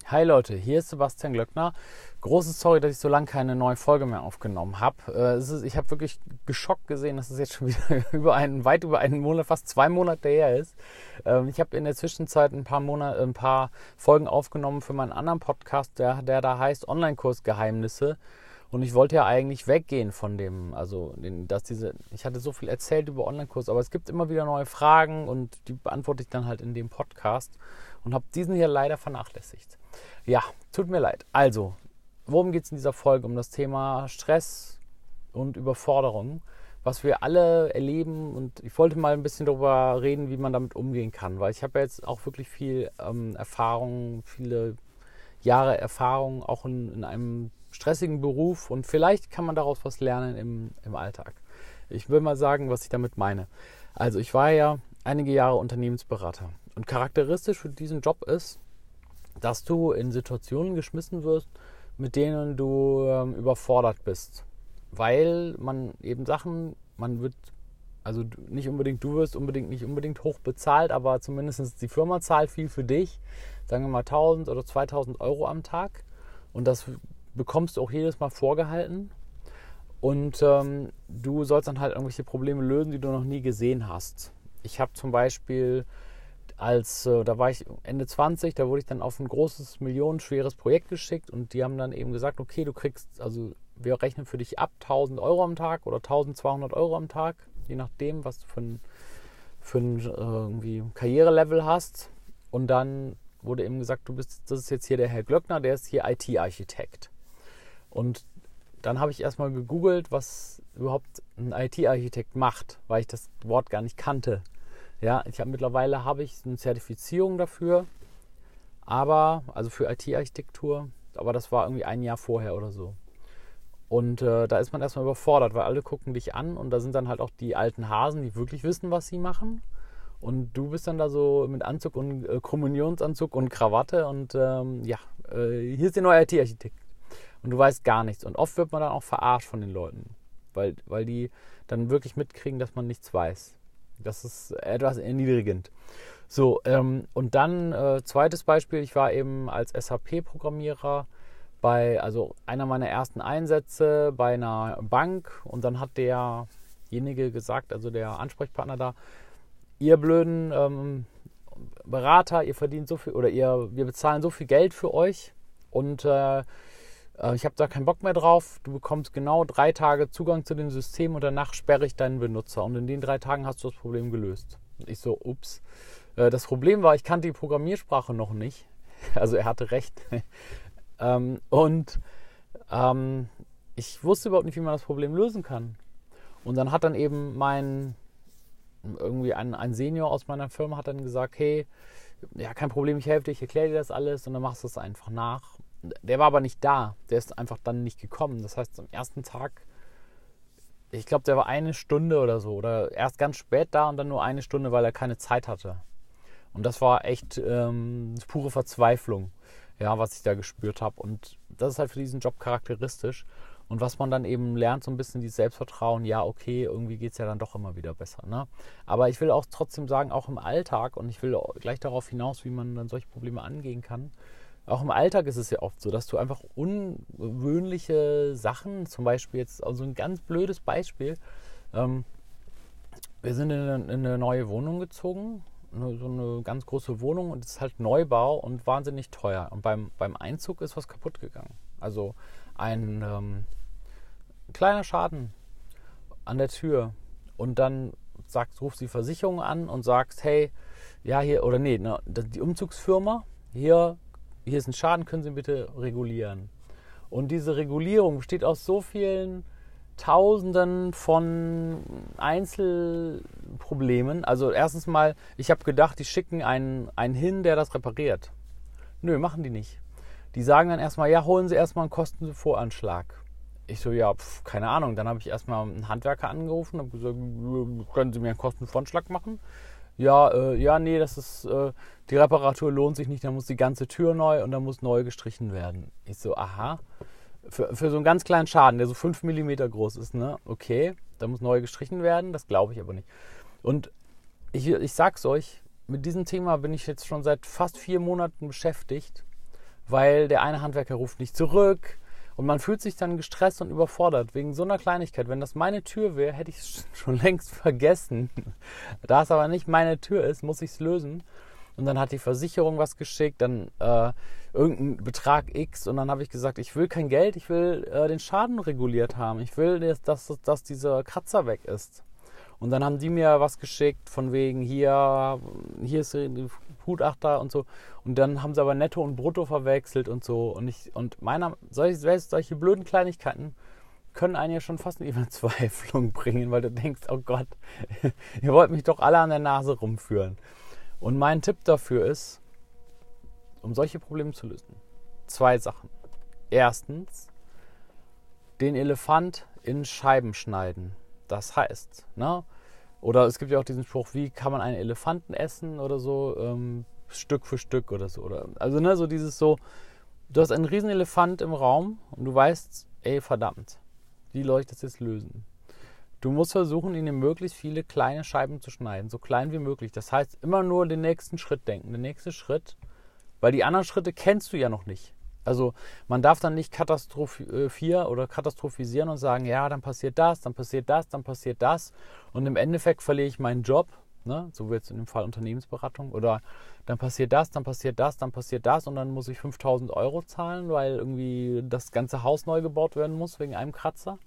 Hi Leute, hier ist Sebastian Glöckner. Große Sorry, dass ich so lange keine neue Folge mehr aufgenommen habe. Ich habe wirklich geschockt gesehen, dass es jetzt schon wieder weit über einen Monat, fast 2 Monate her ist. Ich habe in der Zwischenzeit ein paar Folgen aufgenommen für meinen anderen Podcast, der da heißt Online-Kurs-Geheimnisse. Und ich wollte ja eigentlich weggehen von dem, ich hatte so viel erzählt über Online-Kurs, aber es gibt immer wieder neue Fragen und die beantworte ich dann halt in dem Podcast und habe diesen hier leider vernachlässigt. Ja, tut mir leid. Also, worum geht es in dieser Folge? Um das Thema Stress und Überforderung, was wir alle erleben, und ich wollte mal ein bisschen darüber reden, wie man damit umgehen kann, weil ich habe ja jetzt auch wirklich viel Erfahrung, viele Jahre Erfahrung auch in einem stressigen Beruf, und vielleicht kann man daraus was lernen im Alltag. Ich will mal sagen, was ich damit meine. Also ich war ja einige Jahre Unternehmensberater, und charakteristisch für diesen Job ist, dass du in Situationen geschmissen wirst, mit denen du überfordert bist, weil man eben du wirst nicht unbedingt hoch bezahlt, aber zumindest die Firma zahlt viel für dich, sagen wir mal 1.000 oder 2.000 Euro am Tag, und das bekommst du auch jedes Mal vorgehalten, und du sollst dann halt irgendwelche Probleme lösen, die du noch nie gesehen hast. Ich habe zum Beispiel, da war ich Ende 20, da wurde ich dann auf ein großes, millionenschweres Projekt geschickt, und die haben dann eben gesagt, okay, wir rechnen für dich ab 1.000 Euro am Tag oder 1.200 Euro am Tag, je nachdem, was du für ein irgendwie Karrierelevel hast. Und dann wurde eben gesagt, das ist jetzt hier der Herr Glöckner, der ist hier IT-Architekt. Und dann habe ich erstmal gegoogelt, was überhaupt ein IT-Architekt macht, weil ich das Wort gar nicht kannte. Ja, mittlerweile habe ich eine Zertifizierung dafür, also für IT-Architektur, aber das war irgendwie ein Jahr vorher oder so. Und da ist man erstmal überfordert, weil alle gucken dich an, und da sind dann halt auch die alten Hasen, die wirklich wissen, was sie machen. Und du bist dann da so mit Anzug und Kommunionsanzug und Krawatte und hier ist der neue IT-Architekt. Und du weißt gar nichts. Und oft wird man dann auch verarscht von den Leuten, weil die dann wirklich mitkriegen, dass man nichts weiß. Das ist etwas erniedrigend. So, und dann zweites Beispiel, ich war eben als SAP-Programmierer einer meiner ersten Einsätze bei einer Bank, und dann hat derjenige gesagt, also der Ansprechpartner da, ihr blöden Berater, ihr verdient so viel, oder wir bezahlen so viel Geld für euch, und ich habe da keinen Bock mehr drauf. Du bekommst genau 3 Tage Zugang zu dem System, und danach sperre ich deinen Benutzer, und in den 3 Tagen hast du das Problem gelöst. Und ich so, ups. Das Problem war, ich kannte die Programmiersprache noch nicht. Also er hatte recht. Ich wusste überhaupt nicht, wie man das Problem lösen kann. Und dann hat dann eben ein Senior aus meiner Firma hat dann gesagt, hey, ja, kein Problem, ich helfe dir, ich erkläre dir das alles, und dann machst du es einfach nach. Der war aber nicht da, der ist einfach dann nicht gekommen. Das heißt, am ersten Tag, ich glaube, der war 1 Stunde oder so, oder erst ganz spät da und dann nur 1 Stunde, weil er keine Zeit hatte. Und das war echt pure Verzweiflung, ja, was ich da gespürt habe. Und das ist halt für diesen Job charakteristisch. Und was man dann eben lernt, so ein bisschen dieses Selbstvertrauen, ja, okay, irgendwie geht es ja dann doch immer wieder besser. Ne? Aber ich will auch trotzdem sagen, auch im Alltag, und ich will gleich darauf hinaus, wie man dann solche Probleme angehen kann, auch im Alltag ist es ja oft so, dass du einfach ungewöhnliche Sachen, zum Beispiel jetzt, also ein ganz blödes Beispiel, wir sind in eine neue Wohnung gezogen, so eine ganz große Wohnung, und es ist halt Neubau und wahnsinnig teuer. Und beim Einzug ist was kaputt gegangen. Also ein kleiner Schaden an der Tür. Und dann rufst die Versicherung an und sagst, hey, ja, die Umzugsfirma, hier ist ein Schaden, können Sie bitte regulieren. Und diese Regulierung besteht aus so vielen Tausenden von Einzelproblemen. Also erstens mal, ich habe gedacht, die schicken einen hin, der das repariert. Nö, machen die nicht. Die sagen dann erstmal, ja, holen Sie erstmal einen Kostenvoranschlag. Ich so, ja, keine Ahnung. Dann habe ich erstmal einen Handwerker angerufen und habe gesagt, können Sie mir einen Kostenvoranschlag machen? Nee, die Reparatur lohnt sich nicht, da muss die ganze Tür neu und da muss neu gestrichen werden. Ich so, aha, für so einen ganz kleinen Schaden, der so 5 mm groß ist, ne? Okay, da muss neu gestrichen werden, das glaube ich aber nicht. Und ich sag's euch, mit diesem Thema bin ich jetzt schon seit fast 4 Monaten beschäftigt, weil der eine Handwerker ruft nicht zurück und man fühlt sich dann gestresst und überfordert wegen so einer Kleinigkeit. Wenn das meine Tür wäre, hätte ich es schon längst vergessen. Da es aber nicht meine Tür ist, muss ich es lösen. Und dann hat die Versicherung was geschickt, dann irgendein Betrag X. Und dann habe ich gesagt, ich will kein Geld, ich will den Schaden reguliert haben. Ich will, dass dieser Kratzer weg ist. Und dann haben die mir was geschickt von wegen, hier ist der Gutachter und so. Und dann haben sie aber Netto und Brutto verwechselt und so. Und solche blöden Kleinigkeiten können einen ja schon fast in die Verzweiflung bringen, weil du denkst, oh Gott, ihr wollt mich doch alle an der Nase rumführen. Und mein Tipp dafür ist, um solche Probleme zu lösen, 2 Sachen. Erstens, den Elefant in Scheiben schneiden. Das heißt, ne? Oder es gibt ja auch diesen Spruch, wie kann man einen Elefanten essen oder so, Stück für Stück oder so. Also ne, so dieses so, du hast einen riesen Elefant im Raum und du weißt, ey verdammt, wie soll ich das jetzt lösen? Du musst versuchen, ihn in möglichst viele kleine Scheiben zu schneiden, so klein wie möglich. Das heißt, immer nur den nächsten Schritt denken, den nächsten Schritt, weil die anderen Schritte kennst du ja noch nicht. Also man darf dann nicht katastrophisieren und sagen, ja, dann passiert das, dann passiert das, dann passiert das und im Endeffekt verliere ich meinen Job, ne? So wie jetzt in dem Fall Unternehmensberatung, oder dann passiert das, dann passiert das, dann passiert das und dann muss ich 5.000 Euro zahlen, weil irgendwie das ganze Haus neu gebaut werden muss wegen einem Kratzer.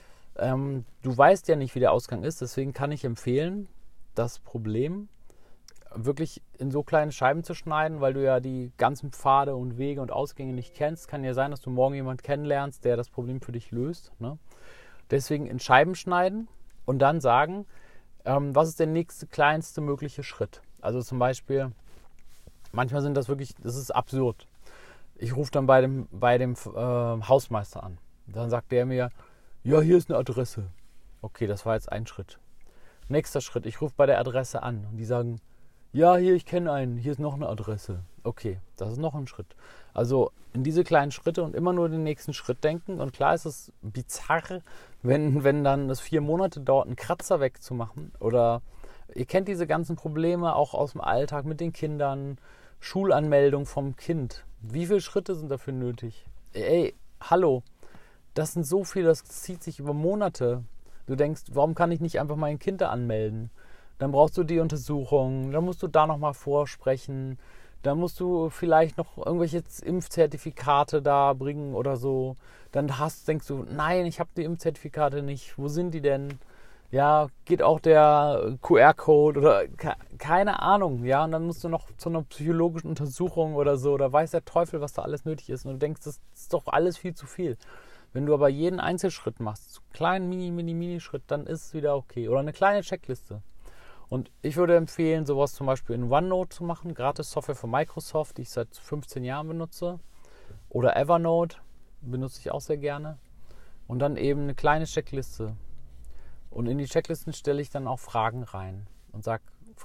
Du weißt ja nicht, wie der Ausgang ist, deswegen kann ich empfehlen, das Problem wirklich in so kleine Scheiben zu schneiden, weil du ja die ganzen Pfade und Wege und Ausgänge nicht kennst. Kann ja sein, dass du morgen jemanden kennenlernst, der das Problem für dich löst. Ne? Deswegen in Scheiben schneiden und dann sagen, was ist der nächste kleinste mögliche Schritt? Also zum Beispiel, manchmal das ist absurd. Ich rufe dann bei dem Hausmeister an. Dann sagt der mir, ja, hier ist eine Adresse. Okay, das war jetzt ein Schritt. Nächster Schritt, ich rufe bei der Adresse an und die sagen, ja, hier, ich kenne einen, hier ist noch eine Adresse. Okay, das ist noch ein Schritt. Also in diese kleinen Schritte und immer nur den nächsten Schritt denken. Und klar ist es bizarr, wenn dann das 4 Monate dauert, einen Kratzer wegzumachen. Oder ihr kennt diese ganzen Probleme auch aus dem Alltag mit den Kindern, Schulanmeldung vom Kind. Wie viele Schritte sind dafür nötig? Ey, hallo, das sind so viele, das zieht sich über Monate. Du denkst, warum kann ich nicht einfach mein Kind da anmelden? Dann brauchst du die Untersuchung, dann musst du da nochmal vorsprechen, dann musst du vielleicht noch irgendwelche Impfzertifikate da bringen oder so. Dann denkst du, nein, ich habe die Impfzertifikate nicht, wo sind die denn? Ja, geht auch der QR-Code oder keine Ahnung, ja, und dann musst du noch zu einer psychologischen Untersuchung oder so, da weiß der Teufel, was da alles nötig ist und du denkst, das ist doch alles viel zu viel. Wenn du aber jeden Einzelschritt machst, so einen kleinen Mini-Schritt, dann ist es wieder okay. Oder eine kleine Checkliste. Und ich würde empfehlen, sowas zum Beispiel in OneNote zu machen, gratis Software von Microsoft, die ich seit 15 Jahren benutze. Oder Evernote, benutze ich auch sehr gerne. Und dann eben eine kleine Checkliste. Und in die Checklisten stelle ich dann auch Fragen rein. Und sage,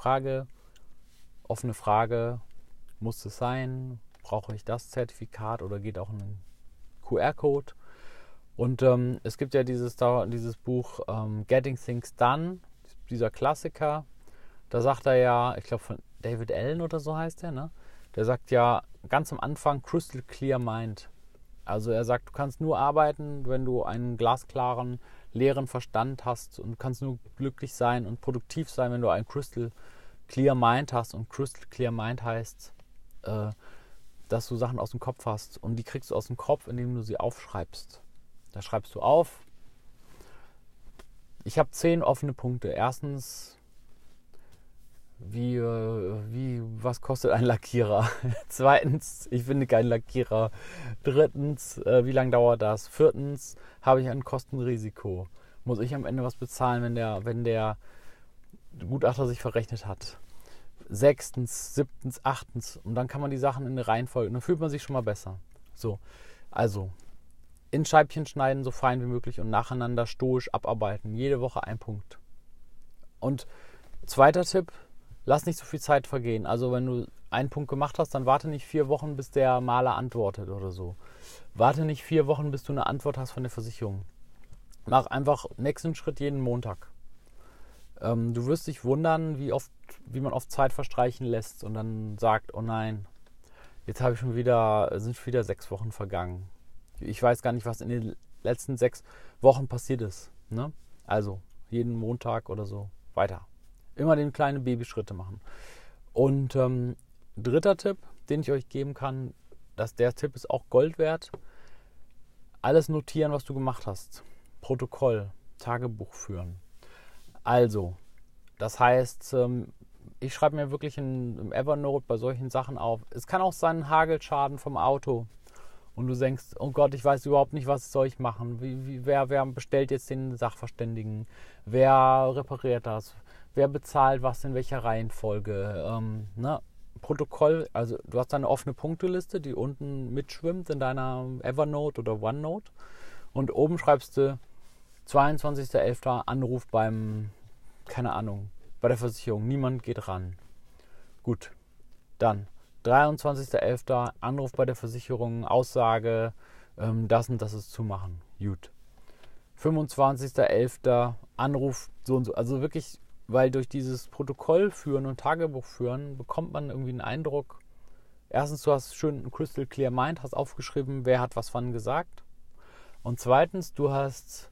offene Frage, muss es sein? Brauche ich das Zertifikat oder geht auch ein QR-Code? Und es gibt ja dieses Buch Getting Things Done, dieser Klassiker. Da sagt er ja, ich glaube von David Allen oder so heißt er, ne? Der sagt ja ganz am Anfang Crystal Clear Mind. Also er sagt, du kannst nur arbeiten, wenn du einen glasklaren, leeren Verstand hast und kannst nur glücklich sein und produktiv sein, wenn du einen Crystal Clear Mind hast. Und Crystal Clear Mind heißt, dass du Sachen aus dem Kopf hast und die kriegst du aus dem Kopf, indem du sie aufschreibst. Da schreibst du auf. Ich habe 10 offene Punkte. Erstens, was kostet ein Lackierer? Zweitens, ich finde keinen Lackierer. Drittens, wie lange dauert das? Viertens, habe ich ein Kostenrisiko? Muss ich am Ende was bezahlen, wenn der Gutachter sich verrechnet hat? Sechstens, siebtens, achtens. Und dann kann man die Sachen in eine Reihenfolge. Dann fühlt man sich schon mal besser. So, also in Scheibchen schneiden, so fein wie möglich und nacheinander stoisch abarbeiten. Jede Woche ein Punkt. Und zweiter Tipp, lass nicht so viel Zeit vergehen. Also wenn du einen Punkt gemacht hast, dann warte nicht 4 Wochen, bis der Maler antwortet oder so. Warte nicht 4 Wochen, bis du eine Antwort hast von der Versicherung. Mach einfach nächsten Schritt jeden Montag. Du wirst dich wundern, wie man oft Zeit verstreichen lässt und dann sagt, oh nein, Jetzt sind schon wieder 6 Wochen vergangen. Ich weiß gar nicht, was in den letzten 6 Wochen passiert ist. Ne? Also jeden Montag oder so weiter. Immer den kleinen Babyschritte machen. Und dritter Tipp, den ich euch geben kann, der Tipp ist auch Gold wert. Alles notieren, was du gemacht hast. Protokoll, Tagebuch führen. Also, das heißt, ich schreibe mir wirklich im Evernote bei solchen Sachen auf. Es kann auch sein, ein Hagelschaden vom Auto. Und du denkst, oh Gott, ich weiß überhaupt nicht, was soll ich machen. Wer bestellt jetzt den Sachverständigen? Wer repariert das? Wer bezahlt was in welcher Reihenfolge? Protokoll, also du hast eine offene Punkteliste, die unten mitschwimmt in deiner Evernote oder OneNote. Und oben schreibst du 22.11. Anruf keine Ahnung, bei der Versicherung. Niemand geht ran. Gut, dann 23.11. Anruf bei der Versicherung, Aussage, das und das ist zu machen. Gut. 25.11. Anruf so und so. Also wirklich, weil durch dieses Protokoll führen und Tagebuch führen bekommt man irgendwie einen Eindruck. Erstens, du hast schön ein Crystal Clear Mind, hast aufgeschrieben, wer hat was wann gesagt. Und zweitens, du hast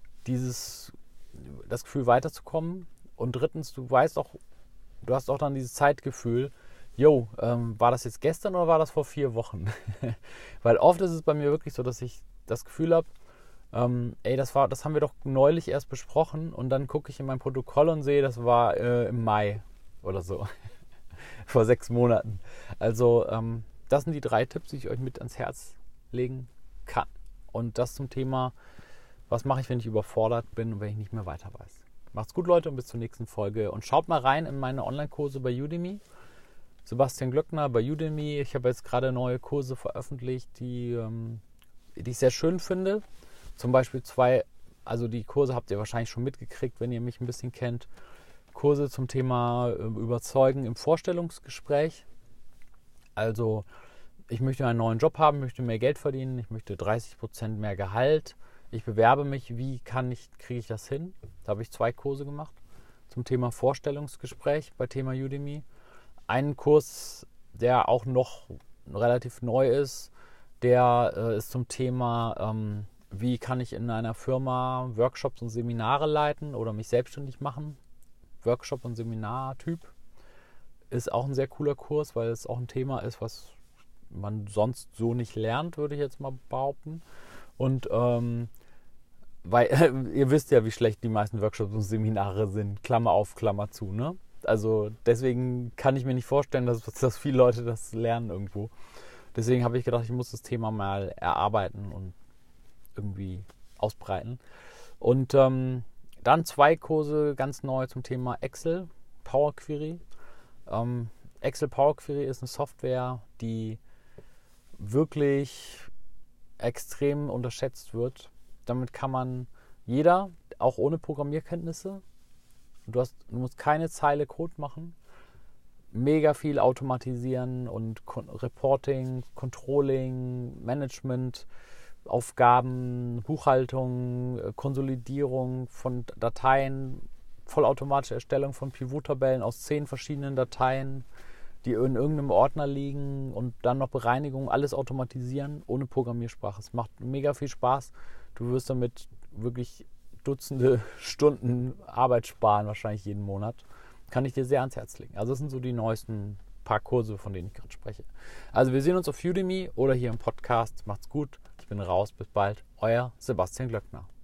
das Gefühl weiterzukommen. Und drittens, du hast auch dann dieses Zeitgefühl, war das jetzt gestern oder war das vor 4 Wochen? Weil oft ist es bei mir wirklich so, dass ich das Gefühl habe, das haben wir doch neulich erst besprochen und dann gucke ich in mein Protokoll und sehe, das war im Mai oder so, vor 6 Monaten. Also das sind die 3 Tipps, die ich euch mit ans Herz legen kann. Und das zum Thema, was mache ich, wenn ich überfordert bin und wenn ich nicht mehr weiter weiß. Macht's gut, Leute, und bis zur nächsten Folge. Und schaut mal rein in meine Online-Kurse bei Udemy. Sebastian Glöckner bei Udemy. Ich habe jetzt gerade neue Kurse veröffentlicht, die ich sehr schön finde. Zum Beispiel die Kurse habt ihr wahrscheinlich schon mitgekriegt, wenn ihr mich ein bisschen kennt. Kurse zum Thema Überzeugen im Vorstellungsgespräch. Also ich möchte einen neuen Job haben, möchte mehr Geld verdienen, ich möchte 30% mehr Gehalt. Ich bewerbe mich, kriege ich das hin? Da habe ich 2 Kurse gemacht zum Thema Vorstellungsgespräch bei Thema Udemy. Einen Kurs, der auch noch relativ neu ist, der ist zum Thema, wie kann ich in einer Firma Workshops und Seminare leiten oder mich selbstständig machen. Workshop- und Seminartyp ist auch ein sehr cooler Kurs, weil es auch ein Thema ist, was man sonst so nicht lernt, würde ich jetzt mal behaupten. Und weil ihr wisst ja, wie schlecht die meisten Workshops und Seminare sind, Klammer auf, Klammer zu, ne? Also deswegen kann ich mir nicht vorstellen, dass viele Leute das lernen irgendwo. Deswegen habe ich gedacht, ich muss das Thema mal erarbeiten und irgendwie ausbreiten. Und dann 2 Kurse ganz neu zum Thema Excel Power Query. Excel Power Query ist eine Software, die wirklich extrem unterschätzt wird. Damit kann jeder, auch ohne Programmierkenntnisse, du musst keine Zeile Code machen, mega viel automatisieren und Reporting, Controlling, Management, Aufgaben, Buchhaltung, Konsolidierung von Dateien, vollautomatische Erstellung von Pivot-Tabellen aus 10 verschiedenen Dateien, die in irgendeinem Ordner liegen und dann noch Bereinigung, alles automatisieren ohne Programmiersprache. Es macht mega viel Spaß. Du wirst damit wirklich Dutzende Stunden Arbeit sparen, wahrscheinlich jeden Monat. Kann ich dir sehr ans Herz legen. Also das sind so die neuesten paar Kurse, von denen ich gerade spreche. Also wir sehen uns auf Udemy oder hier im Podcast. Macht's gut. Ich bin raus. Bis bald. Euer Sebastian Glöckner.